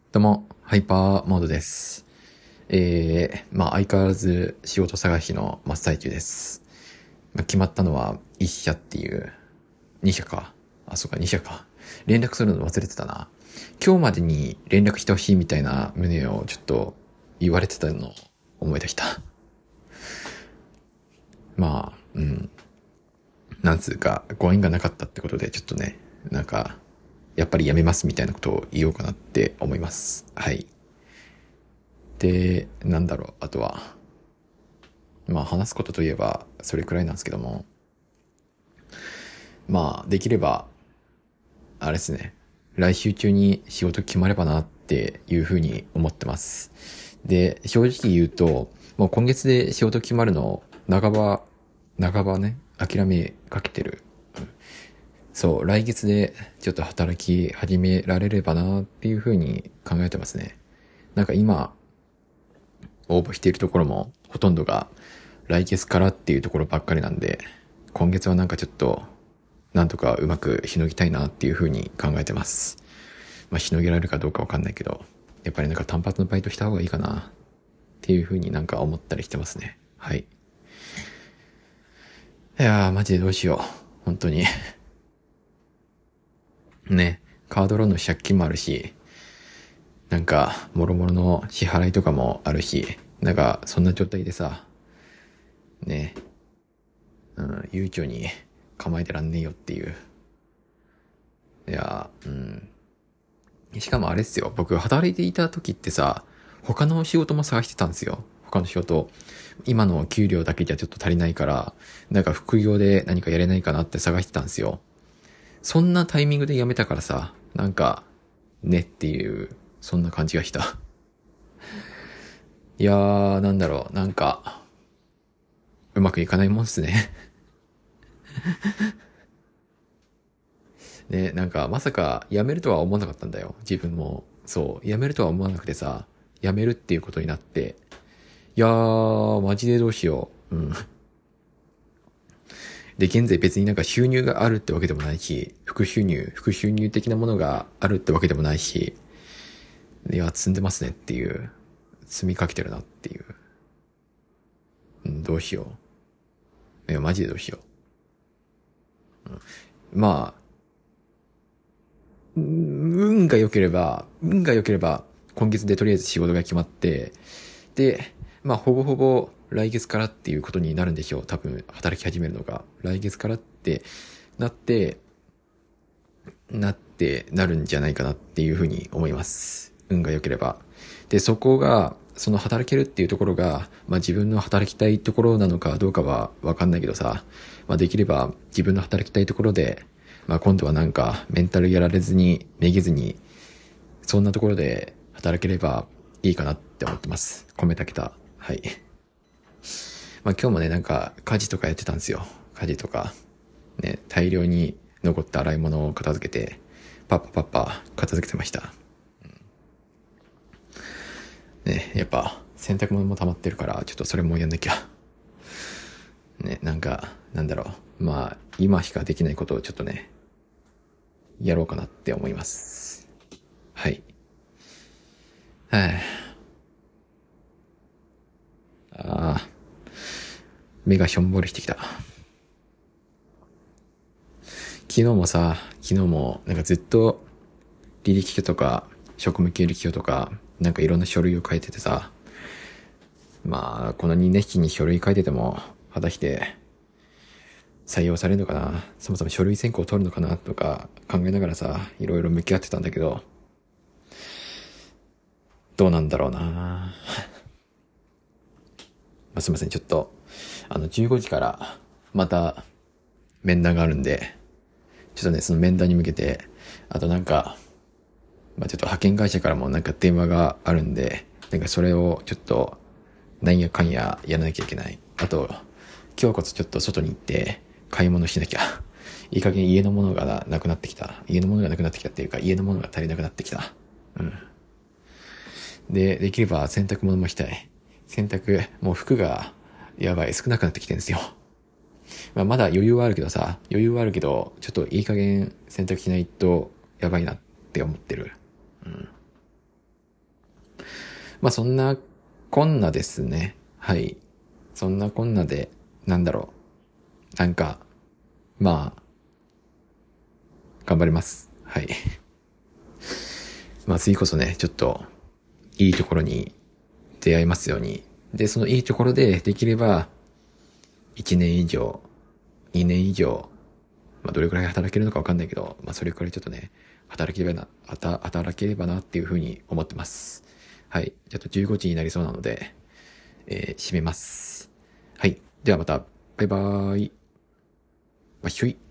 どうも、ハイパーモードです。相変わらず仕事探しの真っ最中です。決まったのは一社っていう、二社か。そうか、二社か。連絡するの忘れてたな。今日までに連絡してほしいみたいな旨をちょっと言われてたのを思い出した。なんつうか、ご縁がなかったってことで、ちょっとね、やっぱりやめますみたいなことを言おうかなって思います。はい。で、あとは、話すことといえば、それくらいなんですけども、できれば、あれですね、来週中に仕事決まればなっていうふうに思ってます。で、正直言うと、もう今月で仕事決まるの、半ばね、諦めかけてる。そう、来月でちょっと働き始められればなっていうふうに考えてますね。今、応募しているところもほとんどが来月からっていうところばっかりなんで、今月はちょっと、なんとかうまくしのぎたいなっていうふうに考えてます。しのげられるかどうかわかんないけど、やっぱり単発のバイトした方がいいかなっていうふうに思ったりしてますね。はい。いやー、マジでどうしよう。本当に。ね、カードローンの借金もあるし、もろもろの支払いとかもあるし、そんな状態でさ、ね、悠長に構えてらんねえよっていう。いや、しかもあれっすよ。僕働いていた時ってさ、他の仕事も探してたんですよ。他の仕事。今の給料だけじゃちょっと足りないから、副業で何かやれないかなって探してたんですよ。そんなタイミングで辞めたからさ、ねっていう、そんな感じがした。いやー、うまくいかないもんっすね。ね、まさか辞めるとは思わなかったんだよ。自分も。そう、辞めるとは思わなくてさ、辞めるっていうことになって、いやー、マジでどうしよう。うん。で、現在別に収入があるってわけでもないし、副収入的なものがあるってわけでもないし、いや、積んでますねっていう、積みかけてるなっていう。どうしよう。いや、マジでどうしよう。運が良ければ、今月でとりあえず仕事が決まって、で、ほぼほぼ来月からっていうことになるんでしょう。多分、働き始めるのが。来月からってなって、なるんじゃないかなっていうふうに思います。運が良ければ。で、そこが、その働けるっていうところが、自分の働きたいところなのかどうかはわかんないけどさ、できれば自分の働きたいところで、今度はメンタルやられずに、めげずに、そんなところで働ければいいかなって思ってます。米炊けた。はい。今日もね、家事とかやってたんですよ。家事とか。ね、大量に残った洗い物を片付けて、パッパ片付けてました。ね、やっぱ洗濯物も溜まってるから、ちょっとそれもやんなきゃ。ね、今しかできないことをちょっとね、やろうかなって思います。はい。はい。目がしょんぼりしてきた。昨日もずっと履歴書とか、職務経歴書とか、いろんな書類を書いててさ、この2年期に書類書いてても、果たして採用されるのかな、そもそも書類選考を取るのかなとか考えながらさ、いろいろ向き合ってたんだけど、どうなんだろうなすいません、ちょっと、15時からまた面談があるんで、ちょっとね、その面談に向けて、あとちょっと派遣会社からも電話があるんで、それをちょっと、なんやかんややらなきゃいけない。あと、今日こそちょっと外に行って買い物しなきゃ。いい加減家のものがなくなってきた。家のものがなくなってきたっていうか、家のものが足りなくなってきた。で、できれば洗濯物もしたい。もう服が、やばい、少なくなってきてるんですよ。まだ余裕はあるけど、ちょっといい加減洗濯しないとやばいなって思ってる。 まあそんなこんなですね。はい。そんなこんなで、なんだろう。なんか、まあ、頑張ります。はい。まあ次こそね、ちょっと、いいところに出会えますように。で、そのいいところでできれば、1年以上、2年以上、まあどれくらい働けるのかわかんないけど、まあそれくらいちょっとね、働ければなっていうふうに思ってます。はい。ちょっと15時になりそうなので、締めます。はい。ではまた、バイバーイ。わひょい。